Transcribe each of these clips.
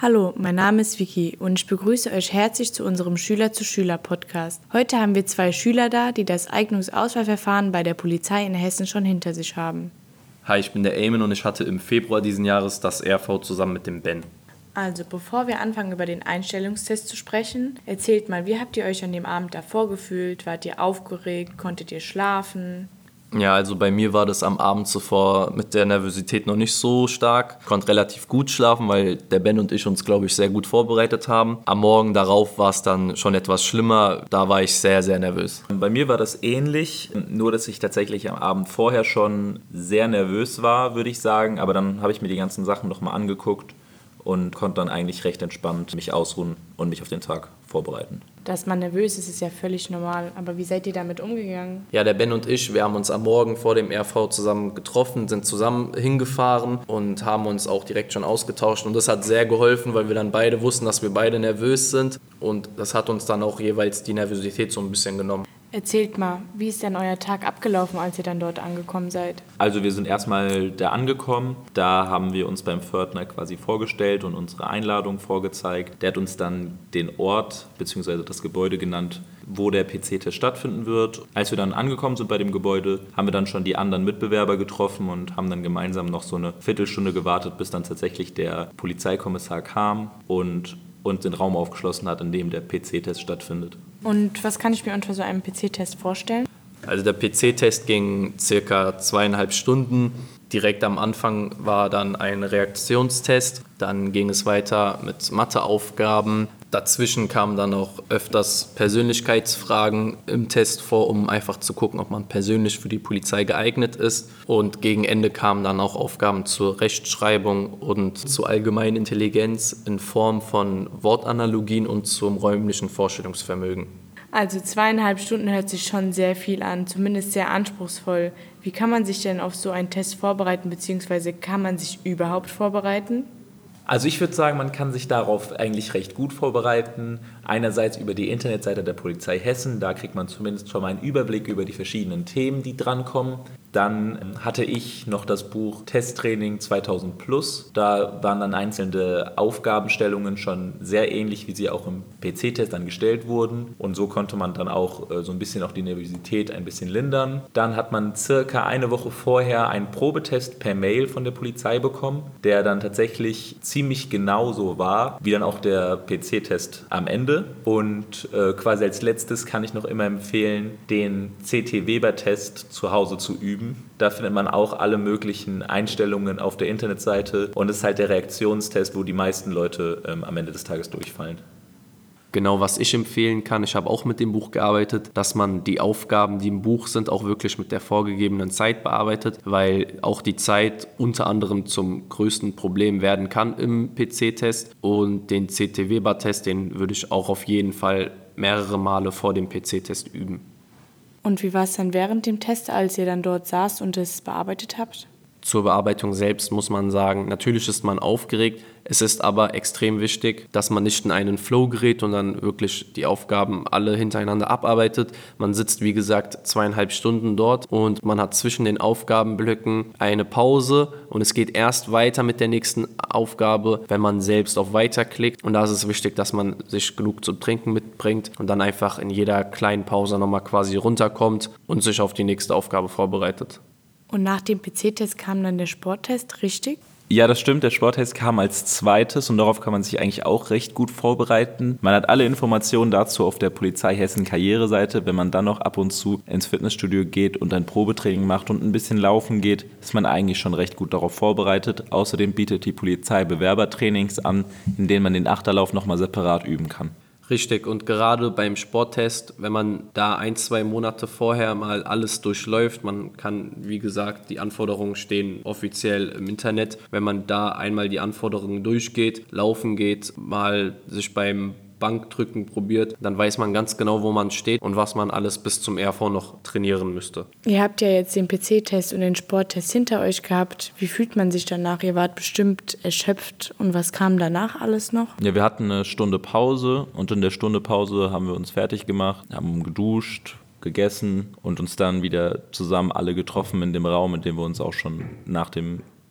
Hallo, mein Name ist Vicky und ich begrüße euch herzlich zu unserem Schüler-zu-Schüler-Podcast. Heute haben wir 2 Schüler da, die das Eignungsauswahlverfahren bei der Polizei in Hessen schon hinter sich haben. Hi, ich bin der Eamon und ich hatte im Februar diesen Jahres das RV zusammen mit dem Ben. Also, bevor wir anfangen, über den Einstellungstest zu sprechen, erzählt mal, wie habt ihr euch an dem Abend davor gefühlt? Wart ihr aufgeregt? Konntet ihr schlafen? Ja, also bei mir war das am Abend zuvor mit der Nervosität noch nicht so stark. Ich konnte relativ gut schlafen, weil der Ben und ich uns, glaube ich, sehr gut vorbereitet haben. Am Morgen darauf war es dann schon etwas schlimmer. Da war ich sehr, sehr nervös. Bei mir war das ähnlich, nur dass ich tatsächlich am Abend vorher schon sehr nervös war, würde ich sagen. Aber dann habe ich mir die ganzen Sachen nochmal angeguckt und konnte dann eigentlich recht entspannt mich ausruhen und mich auf den Tag vorbereiten. Dass man nervös ist, ist ja völlig normal. Aber wie seid ihr damit umgegangen? Ja, der Ben und ich, wir haben uns am Morgen vor dem RV zusammen getroffen, sind zusammen hingefahren und haben uns auch direkt schon ausgetauscht. Und das hat sehr geholfen, weil wir dann beide wussten, dass wir beide nervös sind. Und das hat uns dann auch jeweils die Nervosität so ein bisschen genommen. Erzählt mal, wie ist denn euer Tag abgelaufen, als ihr dann dort angekommen seid? Also wir sind erstmal da angekommen, da haben wir uns beim Pförtner quasi vorgestellt und unsere Einladung vorgezeigt. Der hat uns dann den Ort bzw. das Gebäude genannt, wo der PC-Test stattfinden wird. Als wir dann angekommen sind bei dem Gebäude, haben wir dann schon die anderen Mitbewerber getroffen und haben dann gemeinsam noch so eine Viertelstunde gewartet, bis dann tatsächlich der Polizeikommissar kam und den Raum aufgeschlossen hat, in dem der PC-Test stattfindet. Und was kann ich mir unter so einem PC-Test vorstellen? Also der PC-Test ging circa 2,5 Stunden. Direkt am Anfang war dann ein Reaktionstest. Dann ging es weiter mit Matheaufgaben. Dazwischen kamen dann auch öfters Persönlichkeitsfragen im Test vor, um einfach zu gucken, ob man persönlich für die Polizei geeignet ist. Und gegen Ende kamen dann auch Aufgaben zur Rechtschreibung und zur allgemeinen Intelligenz in Form von Wortanalogien und zum räumlichen Vorstellungsvermögen. Also 2,5 Stunden hört sich schon sehr viel an, zumindest sehr anspruchsvoll. Wie kann man sich denn auf so einen Test vorbereiten, beziehungsweise kann man sich überhaupt vorbereiten? Also ich würde sagen, man kann sich darauf eigentlich recht gut vorbereiten. Einerseits über die Internetseite der Polizei Hessen, da kriegt man zumindest schon mal einen Überblick über die verschiedenen Themen, die drankommen. Dann hatte ich noch das Buch Testtraining 2000 Plus. Da waren dann einzelne Aufgabenstellungen schon sehr ähnlich, wie sie auch im PC-Test dann gestellt wurden. Und so konnte man dann auch so ein bisschen auch die Nervosität ein bisschen lindern. Dann hat man circa eine Woche vorher einen Probetest per Mail von der Polizei bekommen, der dann tatsächlich ziemlich genauso war, wie dann auch der PC-Test am Ende. Und quasi als letztes kann ich noch immer empfehlen, den CT-Weber-Test zu Hause zu üben. Da findet man auch alle möglichen Einstellungen auf der Internetseite und es ist halt der Reaktionstest, wo die meisten Leute am Ende des Tages durchfallen. Genau, was ich empfehlen kann, ich habe auch mit dem Buch gearbeitet, dass man die Aufgaben, die im Buch sind, auch wirklich mit der vorgegebenen Zeit bearbeitet, weil auch die Zeit unter anderem zum größten Problem werden kann im PC-Test. Und den CT-Weber-Test, den würde ich auch auf jeden Fall mehrere Male vor dem PC-Test üben. Und wie war es dann während dem Test, als ihr dann dort saßt und es bearbeitet habt? Zur Bearbeitung selbst muss man sagen, natürlich ist man aufgeregt, es ist aber extrem wichtig, dass man nicht in einen Flow gerät und dann wirklich die Aufgaben alle hintereinander abarbeitet. Man sitzt, wie gesagt, 2,5 Stunden dort und man hat zwischen den Aufgabenblöcken eine Pause und es geht erst weiter mit der nächsten Aufgabe, wenn man selbst auf Weiter klickt. Und da ist es wichtig, dass man sich genug zu trinken mitbringt und dann einfach in jeder kleinen Pause nochmal quasi runterkommt und sich auf die nächste Aufgabe vorbereitet. Und nach dem PC-Test kam dann der Sporttest, richtig? Ja, das stimmt. Der Sporttest kam als zweites und darauf kann man sich eigentlich auch recht gut vorbereiten. Man hat alle Informationen dazu auf der Polizei Hessen Karriereseite. Wenn man dann noch ab und zu ins Fitnessstudio geht und ein Probetraining macht und ein bisschen laufen geht, ist man eigentlich schon recht gut darauf vorbereitet. Außerdem bietet die Polizei Bewerbertrainings an, in denen man den Achterlauf nochmal separat üben kann. Richtig, und gerade beim Sporttest, wenn man da 1-2 Monate vorher mal alles durchläuft, man kann, wie gesagt, die Anforderungen stehen offiziell im Internet, wenn man da einmal die Anforderungen durchgeht, laufen geht, mal sich beim Bankdrücken probiert, dann weiß man ganz genau, wo man steht und was man alles bis zum RV noch trainieren müsste. Ihr habt ja jetzt den PC-Test und den Sporttest hinter euch gehabt. Wie fühlt man sich danach? Ihr wart bestimmt erschöpft. Und was kam danach alles noch? Ja, wir hatten eine Stunde Pause und in der Stunde Pause haben wir uns fertig gemacht, haben geduscht, gegessen und uns dann wieder zusammen alle getroffen in dem Raum, in dem wir uns auch schon nach dem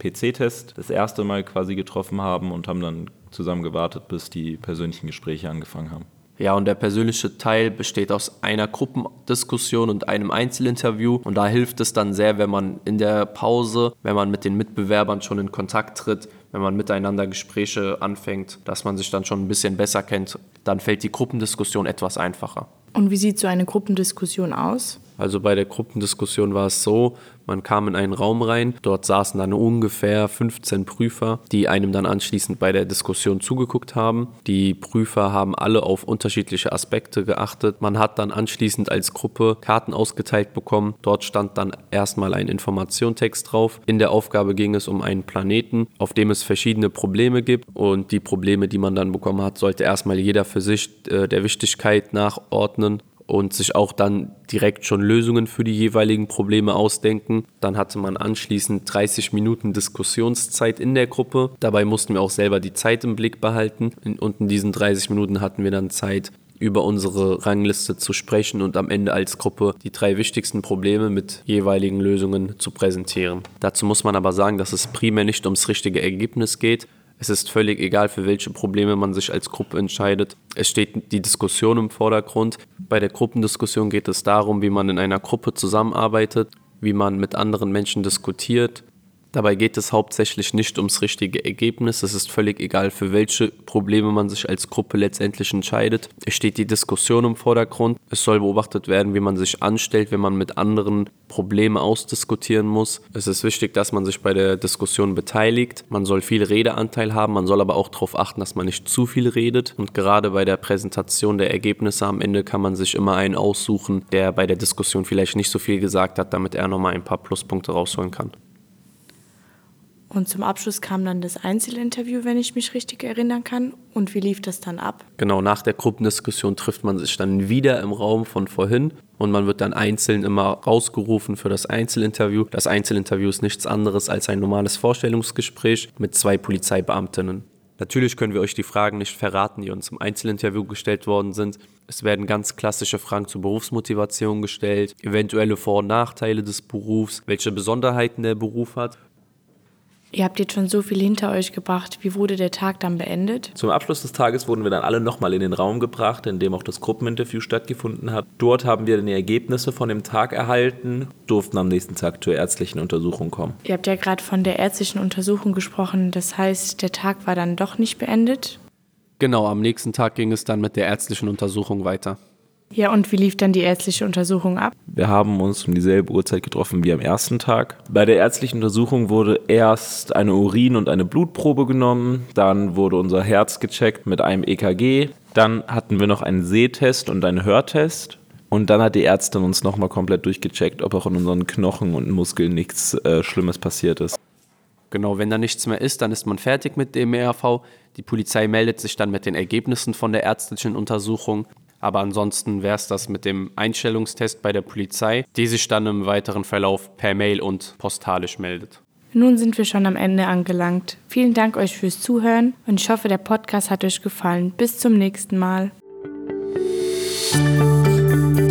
PC-Test das erste Mal quasi getroffen haben und haben dann zusammen gewartet, bis die persönlichen Gespräche angefangen haben. Ja, und der persönliche Teil besteht aus einer Gruppendiskussion und einem Einzelinterview. Und da hilft es dann sehr, wenn man in der Pause, wenn man mit den Mitbewerbern schon in Kontakt tritt, wenn man miteinander Gespräche anfängt, dass man sich dann schon ein bisschen besser kennt, dann fällt die Gruppendiskussion etwas einfacher. Und wie sieht so eine Gruppendiskussion aus? Also bei der Gruppendiskussion war es so, man kam in einen Raum rein, dort saßen dann ungefähr 15 Prüfer, die einem dann anschließend bei der Diskussion zugeguckt haben. Die Prüfer haben alle auf unterschiedliche Aspekte geachtet. Man hat dann anschließend als Gruppe Karten ausgeteilt bekommen. Dort stand dann erstmal ein Informationstext drauf. In der Aufgabe ging es um einen Planeten, auf dem es verschiedene Probleme gibt. Und die Probleme, die man dann bekommen hat, sollte erstmal jeder für sich der Wichtigkeit nachordnen und sich auch dann direkt schon Lösungen für die jeweiligen Probleme ausdenken. Dann hatte man anschließend 30 Minuten Diskussionszeit in der Gruppe. Dabei mussten wir auch selber die Zeit im Blick behalten. Und in diesen 30 Minuten hatten wir dann Zeit, über unsere Rangliste zu sprechen und am Ende als Gruppe die 3 wichtigsten Probleme mit jeweiligen Lösungen zu präsentieren. Dazu muss man aber sagen, dass es primär nicht ums richtige Ergebnis geht. Es ist völlig egal, für welche Probleme man sich als Gruppe entscheidet. Es steht die Diskussion im Vordergrund. Bei der Gruppendiskussion geht es darum, wie man in einer Gruppe zusammenarbeitet, wie man mit anderen Menschen diskutiert. Dabei geht es hauptsächlich nicht ums richtige Ergebnis. Es ist völlig egal, für welche Probleme man sich als Gruppe letztendlich entscheidet. Es steht die Diskussion im Vordergrund. Es soll beobachtet werden, wie man sich anstellt, wenn man mit anderen Probleme ausdiskutieren muss. Es ist wichtig, dass man sich bei der Diskussion beteiligt. Man soll viel Redeanteil haben, man soll aber auch darauf achten, dass man nicht zu viel redet. Und gerade bei der Präsentation der Ergebnisse am Ende kann man sich immer einen aussuchen, der bei der Diskussion vielleicht nicht so viel gesagt hat, damit er nochmal ein paar Pluspunkte rausholen kann. Und zum Abschluss kam dann das Einzelinterview, wenn ich mich richtig erinnern kann. Und wie lief das dann ab? Genau, nach der Gruppendiskussion trifft man sich dann wieder im Raum von vorhin und man wird dann einzeln immer rausgerufen für das Einzelinterview. Das Einzelinterview ist nichts anderes als ein normales Vorstellungsgespräch mit 2 Polizeibeamtinnen. Natürlich können wir euch die Fragen nicht verraten, die uns im Einzelinterview gestellt worden sind. Es werden ganz klassische Fragen zur Berufsmotivation gestellt, eventuelle Vor- und Nachteile des Berufs, welche Besonderheiten der Beruf hat. Ihr habt jetzt schon so viel hinter euch gebracht. Wie wurde der Tag dann beendet? Zum Abschluss des Tages wurden wir dann alle nochmal in den Raum gebracht, in dem auch das Gruppeninterview stattgefunden hat. Dort haben wir dann die Ergebnisse von dem Tag erhalten, durften am nächsten Tag zur ärztlichen Untersuchung kommen. Ihr habt ja gerade von der ärztlichen Untersuchung gesprochen. Das heißt, der Tag war dann doch nicht beendet? Genau, am nächsten Tag ging es dann mit der ärztlichen Untersuchung weiter. Ja, und wie lief dann die ärztliche Untersuchung ab? Wir haben uns um dieselbe Uhrzeit getroffen wie am ersten Tag. Bei der ärztlichen Untersuchung wurde erst eine Urin- und eine Blutprobe genommen. Dann wurde unser Herz gecheckt mit einem EKG. Dann hatten wir noch einen Sehtest und einen Hörtest. Und dann hat die Ärztin uns nochmal komplett durchgecheckt, ob auch in unseren Knochen und Muskeln nichts Schlimmes passiert ist. Genau, wenn da nichts mehr ist, dann ist man fertig mit dem ERV. Die Polizei meldet sich dann mit den Ergebnissen von der ärztlichen Untersuchung. Aber ansonsten wäre es das mit dem Einstellungstest bei der Polizei, die sich dann im weiteren Verlauf per Mail und postalisch meldet. Nun sind wir schon am Ende angelangt. Vielen Dank euch fürs Zuhören und ich hoffe, der Podcast hat euch gefallen. Bis zum nächsten Mal.